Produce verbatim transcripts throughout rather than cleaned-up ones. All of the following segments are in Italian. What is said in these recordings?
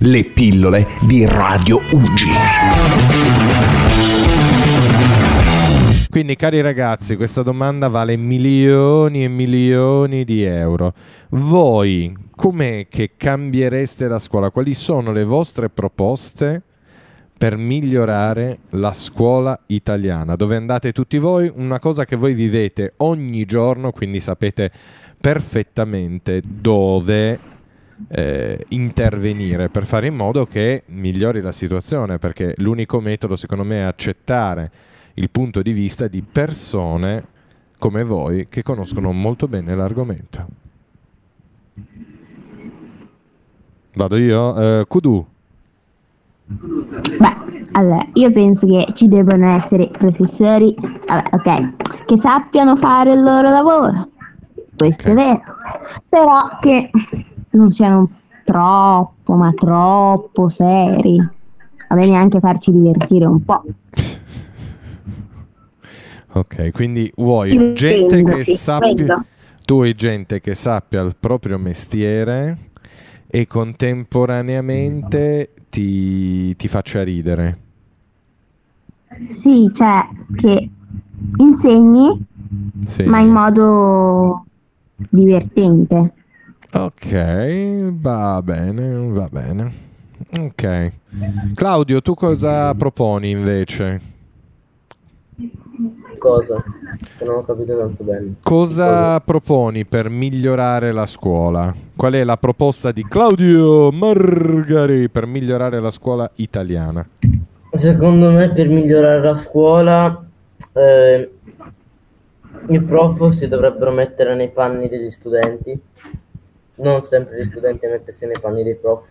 le pillole di Radio Uggi. Quindi, cari ragazzi, questa domanda vale milioni e milioni di euro. Voi com'è che cambiereste la scuola? Quali sono le vostre proposte per migliorare la scuola italiana, dove andate tutti voi? Una cosa che voi vivete ogni giorno, quindi sapete perfettamente dove eh, intervenire per fare in modo che migliori la situazione, perché l'unico metodo secondo me è accettare il punto di vista di persone come voi che conoscono molto bene l'argomento. Vado io? Uh, Kudu. Beh, allora, io penso che ci devono essere professori, vabbè, ok, che sappiano fare il loro lavoro, questo Okay. è vero, però che non siano troppo, ma troppo seri, va bene anche farci divertire un po'. Ok, quindi vuoi Dipende, gente che sì, sappia, quello. tu vuoi gente che sappia il proprio mestiere e contemporaneamente ti, ti faccia ridere. Sì, cioè che insegni, Sì. ma in modo divertente. Ok, va bene, va bene. Ok. Claudio, tu cosa proponi invece? Cosa? Che non ho capito tanto bene. Cosa proponi per migliorare la scuola? Qual è la proposta di Claudio Margari per migliorare la scuola italiana? Secondo me per migliorare la scuola eh, i prof si dovrebbero mettere nei panni degli studenti, non sempre gli studenti a mettersi nei panni dei prof.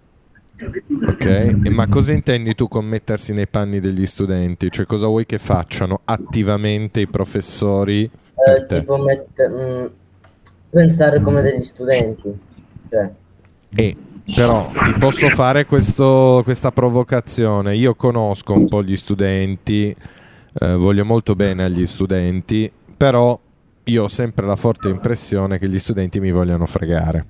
Ok, e ma cosa intendi tu con mettersi nei panni degli studenti? Cioè cosa vuoi che facciano attivamente i professori per Eh, te? tipo mette- mh, pensare come degli studenti, cioè, E però ti posso fare questo, questa provocazione. Io conosco un po' gli studenti, eh, voglio molto bene agli studenti, però io ho sempre la forte impressione che gli studenti mi vogliano fregare.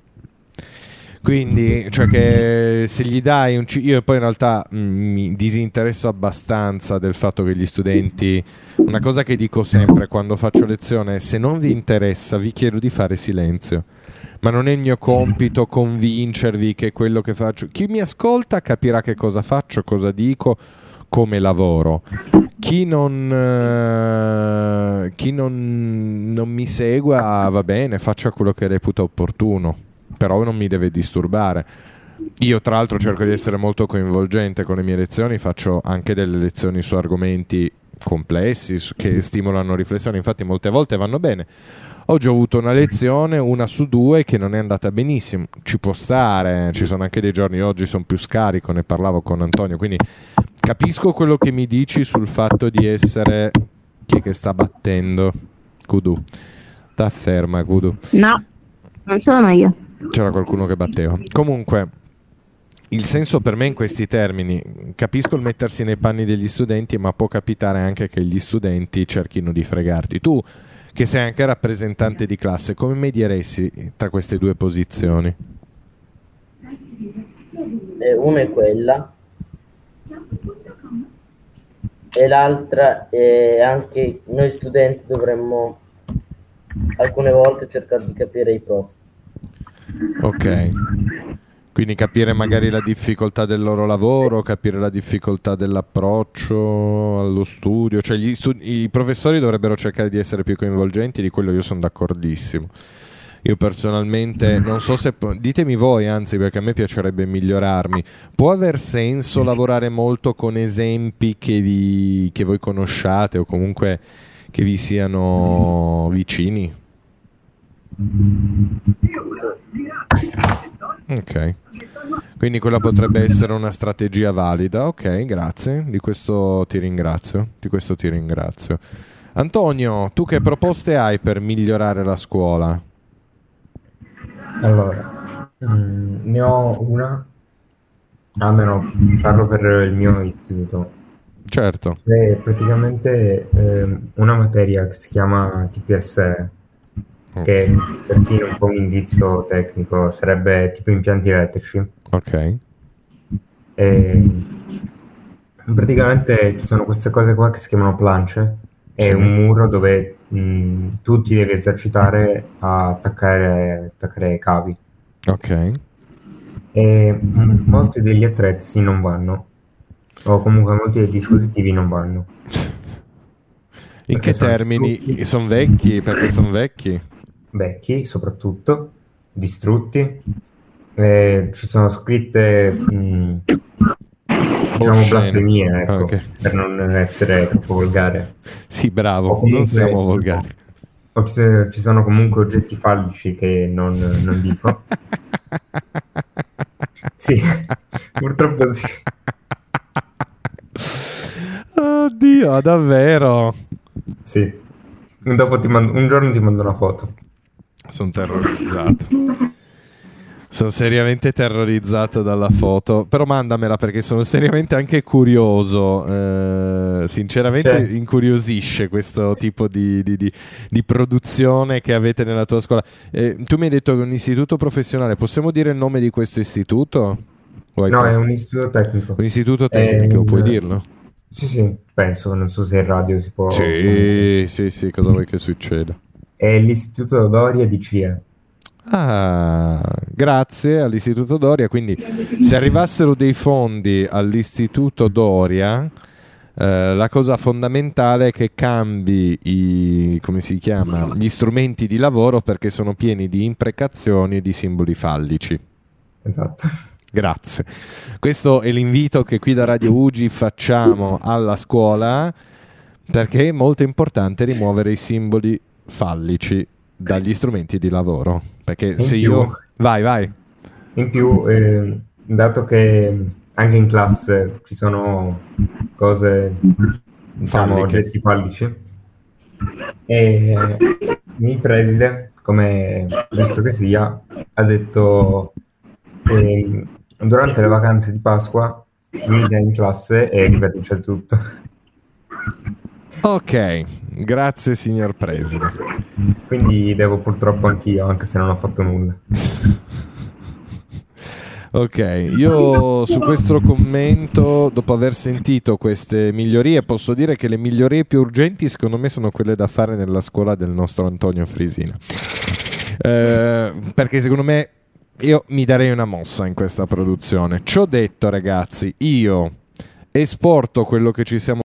Quindi, cioè che se gli dai un... ci- io poi in realtà mh, mi disinteresso abbastanza del fatto che gli studenti... Una cosa che dico sempre quando faccio lezione è: se non vi interessa vi chiedo di fare silenzio. Ma non è il mio compito convincervi che quello che faccio... Chi mi ascolta capirà che cosa faccio, cosa dico, come lavoro. Chi non, eh, chi non, non mi segua va bene, faccia quello che reputa opportuno, però non mi deve disturbare. Io tra l'altro cerco di essere molto coinvolgente con le mie lezioni, faccio anche delle lezioni su argomenti complessi su- che stimolano riflessioni, infatti molte volte vanno bene. Oggi ho avuto una lezione, una su due, che non è andata benissimo, ci può stare, ci sono anche dei giorni, oggi sono più scarico, ne parlavo con Antonio, quindi capisco quello che mi dici sul fatto di essere... Chi è che sta battendo? Kudu. Sta ferma, Kudu. No, non sono io. C'era qualcuno che batteva. Comunque, il senso per me in questi termini, capisco il mettersi nei panni degli studenti, ma può capitare anche che gli studenti cerchino di fregarti. Tu, che sei anche rappresentante di classe, come medieresti tra queste due posizioni? eh, una è quella e l'altra è anche noi studenti dovremmo alcune volte cercare di capire i prof. Ok. Quindi capire magari la difficoltà del loro lavoro, capire la difficoltà dell'approccio allo studio, cioè gli stu- i professori dovrebbero cercare di essere più coinvolgenti, di quello io sono d'accordissimo. Io personalmente non so se po- ditemi voi, anzi, perché a me piacerebbe migliorarmi. Può aver senso lavorare molto con esempi che vi che voi conosciate o comunque che vi siano vicini? Ok, quindi quella potrebbe essere una strategia valida. Ok, grazie, di questo ti ringrazio, di questo ti ringrazio. Antonio, tu che proposte hai per migliorare la scuola? Allora, mm, ne ho una, almeno parlo per il mio istituto. Certo. È praticamente ehm, una materia che si chiama T P S E, che per chi non fa un indizio tecnico sarebbe tipo impianti elettrici. Ok. E praticamente ci sono queste cose qua che si chiamano plance. È Sì. un muro dove mh, tu ti devi esercitare a attaccare, attaccare i cavi. Ok. E mh, molti degli attrezzi non vanno, o comunque molti dei dispositivi non vanno. In Perché che sono termini? distrutti. Sono vecchi? Perché sono vecchi? Vecchi soprattutto, distrutti, eh, ci sono scritte mh, diciamo Oscene. blasfemie, ecco, Ok. per non essere troppo volgare. Sì, bravo, O comunque non siamo ci sono- volgari. o ci, ci sono comunque oggetti fallici che non, non dico. Sì, purtroppo sì. Oddio, davvero? Sì. Dopo ti mando- un giorno ti mando una foto. Sono terrorizzato. Sono seriamente terrorizzato dalla foto. Però mandamela perché sono seriamente anche curioso. Eh, sinceramente Cioè. incuriosisce questo tipo di, di- di- di produzione che avete nella tua scuola. Eh, tu mi hai detto che è un istituto professionale. Possiamo dire il nome di questo istituto? O hai No, pa- è un istituto tecnico. un istituto È tecnico, un- puoi dirlo? Sì, sì, penso, non so se in radio si può. Sì, sì, sì, cosa vuoi che succeda? È l'Istituto Doria di C I E. Ah, grazie all'Istituto Doria. Quindi, se arrivassero dei fondi all'Istituto Doria, eh, la cosa fondamentale è che cambi i, come si chiama, gli strumenti di lavoro perché sono pieni di imprecazioni e di simboli fallici. Esatto. Grazie. Questo è l'invito che qui da Radio U G I facciamo alla scuola perché è molto importante rimuovere i simboli fallici dagli strumenti di lavoro. Perché In se più- io... Vai, vai. In più, eh, dato che anche in classe ci sono cose, diciamo, Falliche. oggetti fallici, e il preside, come giusto che sia, ha detto eh, durante le vacanze di Pasqua venite in classe e ripetuce tutto. Ok, grazie signor Preside. Quindi devo purtroppo anch'io, anche se non ho fatto nulla. Ok, io su questo commento, dopo aver sentito queste migliorie, posso dire che le migliorie più urgenti secondo me sono quelle da fare nella scuola del nostro Antonio Frisina. Eh, perché secondo me io mi darei una mossa in questa produzione. Ciò detto, ragazzi, io esporto quello che ci siamo